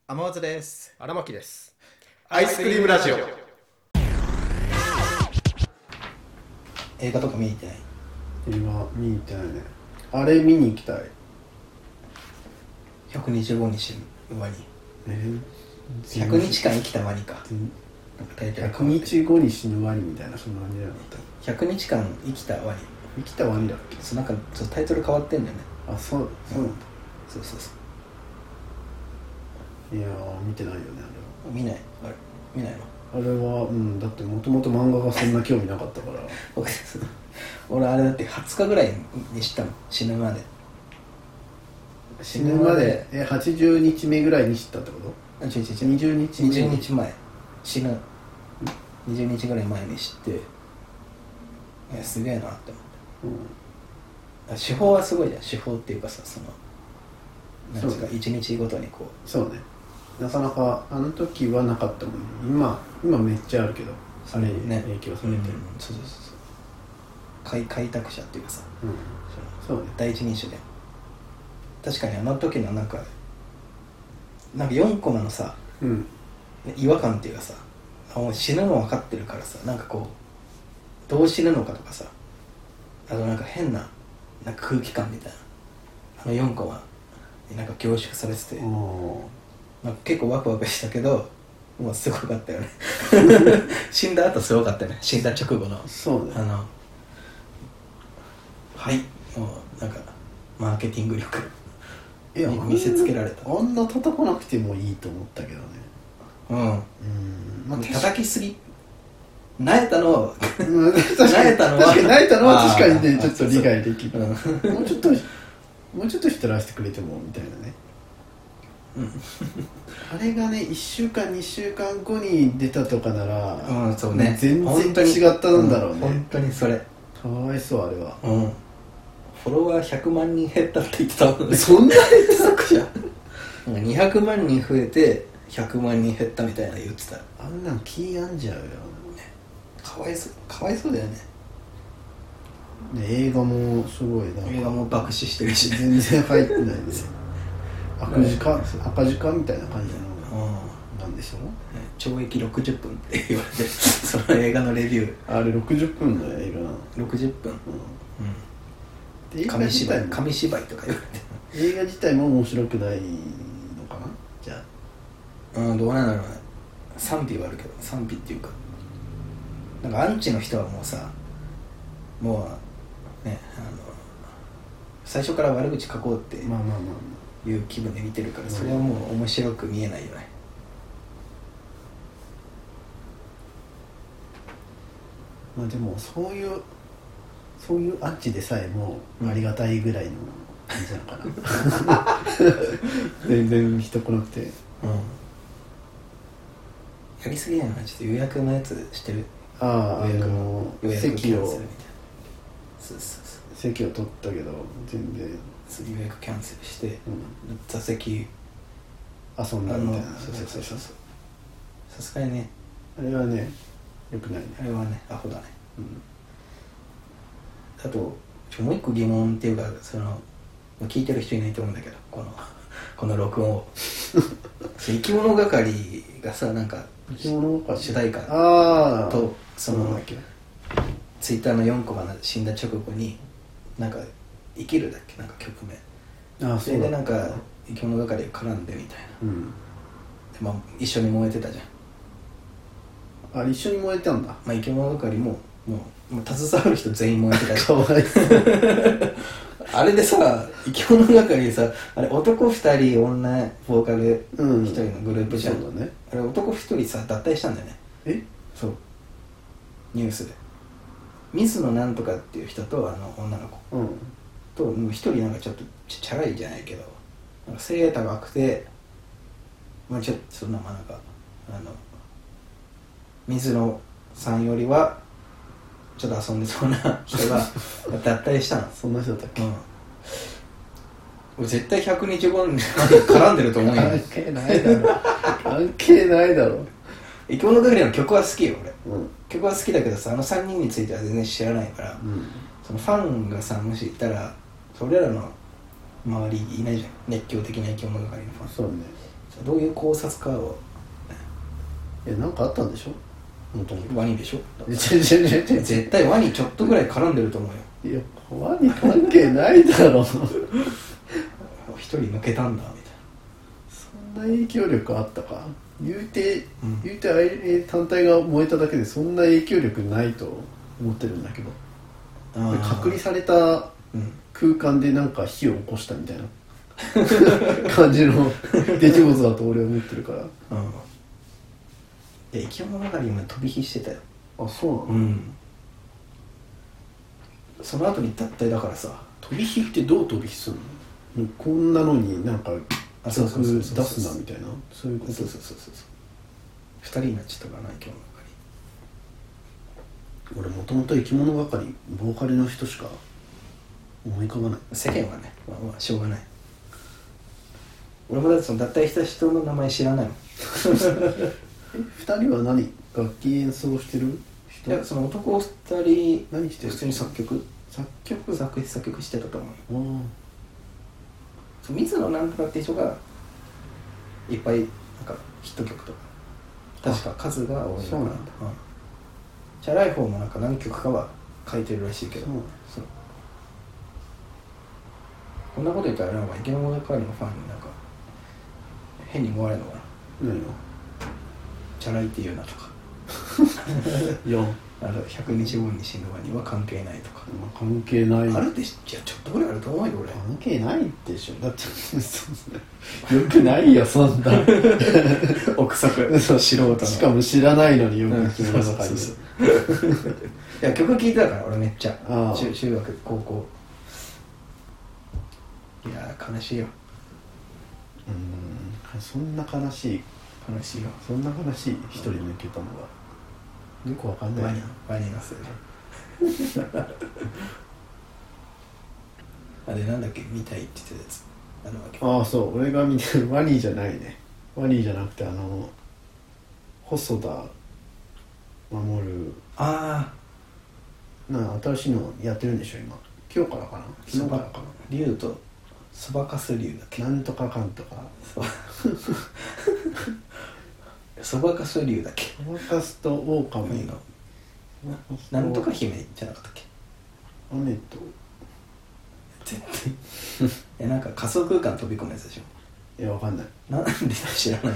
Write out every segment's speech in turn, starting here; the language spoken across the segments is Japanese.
天松です。 荒牧です。 アイスクリームラジオ。 映画とか見に行ってない？ 映画見に行ってないね。あれ見に行きたい。 125日のワニ。100日間生きたワニか。 100日後に死ぬワニみたいな、そんな感じじゃなかった。 100日間生きたワニ。 生きたワニだっけ？ そう、なんかちょっとタイトル変わってんだよね。 あ、そうなんだ。 そうそうそう。 いやー、見てないよね、あ見ない？あれ見ないの？ れは。だってもともと漫画がそんな興味なかったから俺あれだって20日ぐらいに知ったの。死ぬまで 80日目ぐらいに知ったってこと？20日前、死ぬ20日ぐらい前に知って、すげえなって思って、手法はすごいじゃん。手法っていうかさ、そのなんですか、1日ごとにこう。 そうね、なかなかあの時はなかったもんね。今めっちゃあるけど、あれに影響されてる。 そう開拓者っていうかさ、 そうね、 第一人者で。確かにあの時のなんか4コマのさ、違和感っていうかさ、もう死ぬの分かってるからさ、なんかこうどう死ぬのかとかさ、あとなんか変な空気感みたいな、4コマになんか凝縮されてて、なんか結構ワクワクしたけど、もうすごかったよね死んだ後すごかったよね。死んだ直後のそうね、 はいもうなんかマーケティング力見せつけられた。 あんな叩かなくてもいいと思ったけどね。 叩きすぎ。なえたのは確かにね、ちょっと理解できる。もうちょっと人らしてくれてもみたいなね。あれがね、1週間2週間後に出たとかなら、 そうね、 全然違ったんだろうね。 本当にそれかわいそう、あれは。 フォロワー100万人減ったって言ってたもんね。 そんな減ったかじゃ 200万人増えて100万人減ったみたいな言ってた。 あんなん気病んじゃうよね。 かわいそうだよね。 映画もすごい映画も爆死してるし、 全然入ってないね赤字かみたいな感じのなんでしょう。 懲役60分って言われてるその映画のレビュー。 あれ60分の映画 60分、紙芝居とか言われて映画自体も面白くないのかな。じゃあどうなんだろうね。賛否はあるけど、賛否っていうか、なんかアンチの人はもうさ、もうね、最初から悪口書こうっていう気分で見てるから、それはもう面白く見えないよね。 でもそういうアンチでさえもありがたいぐらいの感じなのかな全然人来なくて、 やりすぎないのはちょっと予約のやつしてる。 予約キャンセルみたいな。 席を取ったけど全然予約キャンセルして、座席遊んだみたいな。 そうさすがにね、 あれはねよくないね。 あれはねアホだね。あともう一個疑問っていうか、その聞いてる人いないと思うんだけど、この録音を生き物係がさ、なんか主題歌とそのツイッターの4コマが死んだ直後になんか生きるだっけ、なんか曲名、それでなんか生き物係が絡んでみたいな、で一緒に燃えてたじゃん。 一緒に燃えたんだ。 生き物係も携わる人全員燃えてたかわいそうあれでさ、生き物係でさ、あれ男2人女ボーカル1人のグループじゃん。 そうだね。 あれ男1人さ脱退したんだよね。そう、ニュースで水野なんとかっていう人と女の子、ともう1人なんかちょっとチャラいじゃないけど、なんか背高くて、ちょっとそんななんか水野さんよりはちょっと遊んでそうな人が脱退したの。 そんな人だったっけ？ 俺絶対100日後に絡んでると思うよ。 関係ないだろ生き物係の曲は好きよ俺、曲は好きだけどさ、3人については全然知らないから、そのファンがさ、もしいたらそれらの周りいないじゃん、熱狂的な生き物係のファン。 そうね。 どういう考察かはなんかあったんでしょ元々 ワニでしょ絶対ワニちょっとぐらい絡んでると思うよ。 いやワニ関係ないだろ一人抜けたんだみたいそんな影響力あったか。言うてあれ単体が燃えただけでそんな影響力ないと思ってるんだけど、 な。 隔離されたうん空間でなんか火を起こしたみたいな感じの出来事だと俺は思ってるから。 で生き物係も飛び火してたよ。 あ、そうなの、 その後に脱退だからさ。 飛び火ってどう飛び火するの？こんなのになんかあそうそうそうそう出すなみたいな、そういうこと。 そう2人になっちゃったからな生き物係。 俺もともと生き物係ボーカルの人しか思い浮かばない。 世間はね、まあしょうがない。俺もだってその脱退した人の名前知らないもん。 2人は何楽器演奏してる人？ いやその男2人何してる？ 普通に作曲してたと思う。そう水野なんとかっていう人がいっぱいなんかヒット曲とか確か数が多いのかな。 そうなんだ。 チャラい方もなんか何曲かは書いてるらしいけど、そうこんなこと言ったらなんか生き物係のファンになんか変に思われるのかな。 何よチャラいって言うなとか 4 100日後に死ぬワニは関係ないとか関係ない。 あるでしょ。いやちょっとぐらいあると思うよ俺。 関係ないでしょ。だってそんなよくないよそんな憶測素人のしかも知らないのによく生き物係そういや曲聴いてたから俺めっちゃああ中学高校。いや悲しいよ。 そんな悲しい悲しいよ。 そんな悲しい一人抜けたのがよくわかんない。 ワニのせいであれなんだっけ見たいって言ってたやつあるわけ。 ああそう俺が見てるワニじゃないね。ワニじゃなくて細田守あ新しいのやってるんでしょ今日からかな昨日からかな。 竜とそばかす竜だっけ。 なんとかかんとかそばかす竜だっけ。 そばかすと狼のなんとか姫じゃなかったっけ。 雨と絶対なんか仮想空間飛び込むやつでしょ。 いやわかんない。 なんで知らないの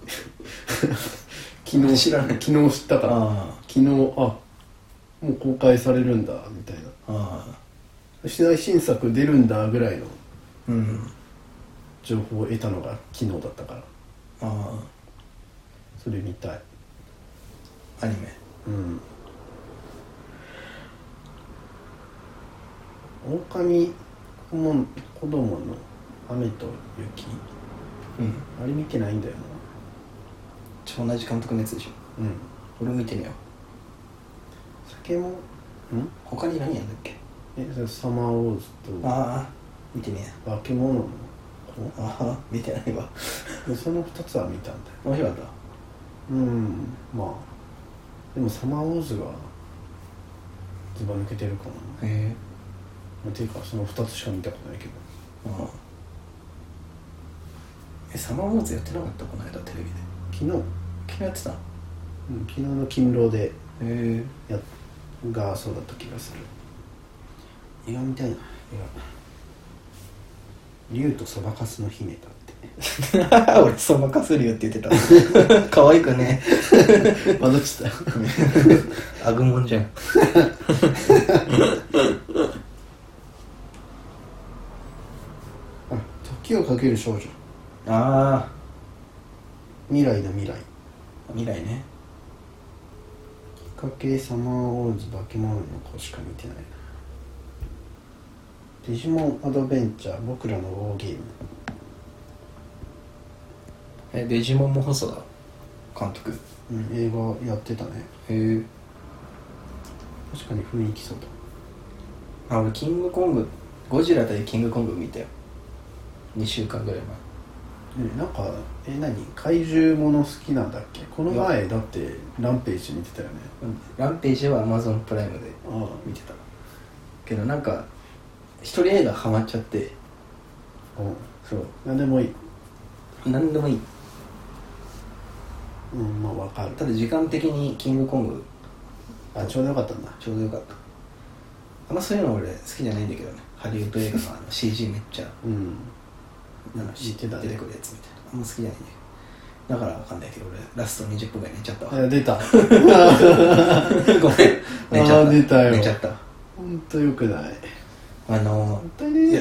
昨日知らない。 昨日知ったから昨日もう公開されるんだみたいな最新作出るんだぐらいの情報を得たのが昨日だったからそれ見たい。 アニメ狼子供の雨と雪あれ見てないんだよな。 同じ監督のやつでしょ。俺見てみよう。 酒も他に何やんだっけ。 それサマーウォーズと見てみよう。 化け物の子見てないわその2つは見たんだよ。 面白かった。 まあでもサマーウォーズがずば抜けてるかもな。っていうかその2つしか見たことないけど。 サマーウォーズやってなかったこの間テレビで。 昨日やってた。 昨日の勤労でがそうだった気がする。映画みたいな。竜とそばかすの姫だって俺そばかす竜って言ってた可愛くねまだちょっとアグモンじゃん時をかける少女。未来だ未来。 未来ね。 きっかけサマーウォーズ化け物の子しか見てないな。デジモンアドベンチャー僕らのウォーゲーム。 デジモンも細田監督。 映画やってたね。確かに雰囲気そうだ。 俺キングコングゴジラ対キングコング見たよ。2週間ぐらい前。 なんか何怪獣もの好きなんだっけ。この前だってランページ見てたよね。 ランページは Amazon プライムで見てたけどなんか一人映画ハマっちゃって。 そう何でもいい。 何でもいい。 まあわかる。 ただ時間的にキングコングちょうどよかったんだ。 ちょうどよかった。あんまそういうの俺好きじゃないんだけどね。ハリウッド映画のCG めっちゃ言ってたね出てくるやつみたいな、あんま好きじゃないんだけど、だからわかんないけど俺ラスト20分ぐらい寝ちゃったわ。 出たごめん、寝ちゃった。 出たよ。 寝ちゃった。 ほんとよくない。 もったいね。 いや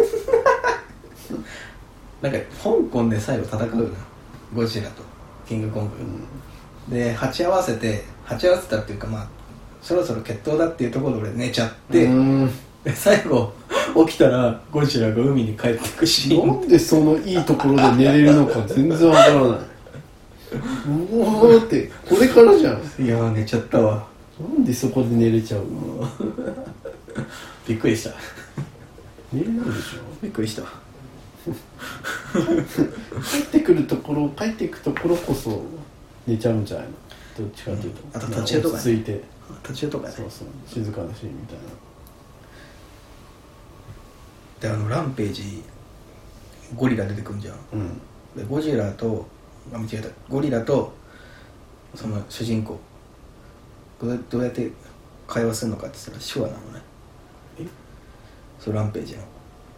なんか香港で最後戦うの、ゴジラとキングコング、で鉢合わせたっていうか、まあそろそろ決闘だっていうところで俺寝ちゃって、で最後起きたらゴジラが海に帰ってくし、 なんでそのいいところで寝れるのか全然わからない。うおーってこれからじゃん。 いや寝ちゃったわ。 なんでそこで寝れちゃうの。 びっくりした。 寝れないでしょ。 びっくりした。 帰ってくるところ、帰っていくところこそ寝ちゃうんじゃないの。どっちかというと、 あと途中とかね、 落ち着いて、 途中とかね、 そう静かなシーンみたいな。 でランページゴリラ出てくんじゃん、でゴリラとその主人公どうやって会話するのかって言ったら手話なのね。そうランページの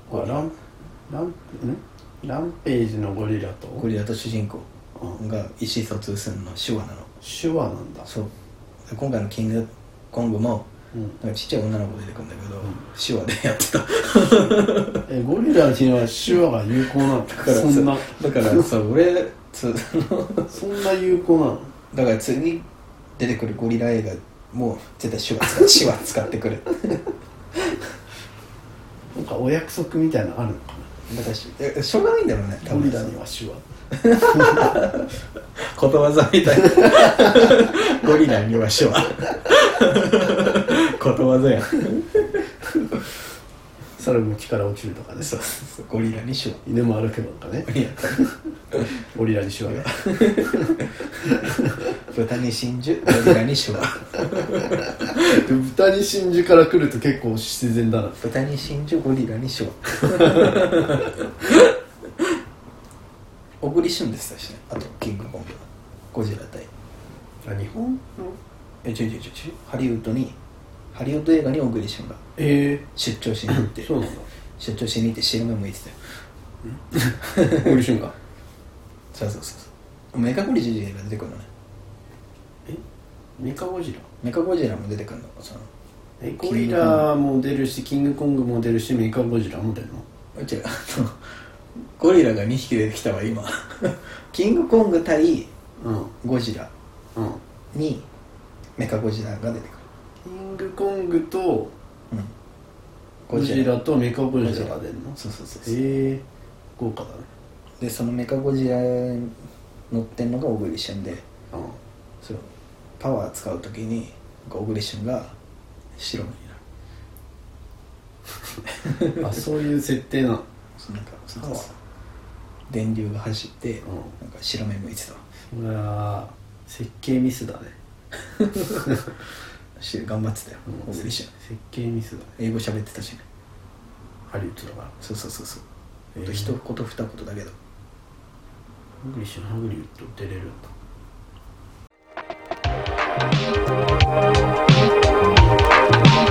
ランページのゴリラと主人公が意思疎通するの手話なの。 手話なんだ。 そうで今回のキングコングも、なんかちっちゃい女の子出てくるんだけど、手話でやってた。 ゴリラには手話が有効なの。 だからそう俺そんな有効なの。 だから次出てくるゴリラ映画も絶対手話使ってくる。 なんかお約束みたいなのあるのかな。 だからしょうがないんだろうね。 ゴリラには手話。 ことわざみたいな。ゴリラには手話。ことわざや。 猿も木から落ちるとかね。 そうゴリラに手話。 犬も歩けばかね。ゴリラに手話が。 豚に真珠、ゴリラに手話。 豚に真珠から来ると結構自然だな。 豚に真珠、ゴリラに手話。小栗旬でしたしね。あとキングコング、ゴジラ対日本のハリウッド映画に小栗旬が出張しに行って、 そうなんだ。 出張しに行って白目向いてたよ。 小栗旬が。 そうメカゴリラが出てくるのね。 メカゴジラも出てくるの。そのゴリラも出るし、キングコングも出るし、メカゴジラも出るの。 違う、ゴリラが2匹出てきたわ今。キングコング対ゴジラにメカゴジラが出てくる。 キングコングとゴジラとメカゴジラが出るの。 そう豪華だね。 でそのメカゴジラ乗ってんのが小栗旬で、そうパワー使う時に小栗旬が白目になる。 そういう設定なの。 なんか電流が走って、なんか白目向いてたわ。 うわ設計ミスだね。 頑張ってたよ、小栗旬。 設計ミスだね。 英語喋ってたしね。 ハリウッドだから。 そう一言二言だけど。 小栗旬ハリウッド出れるんだ。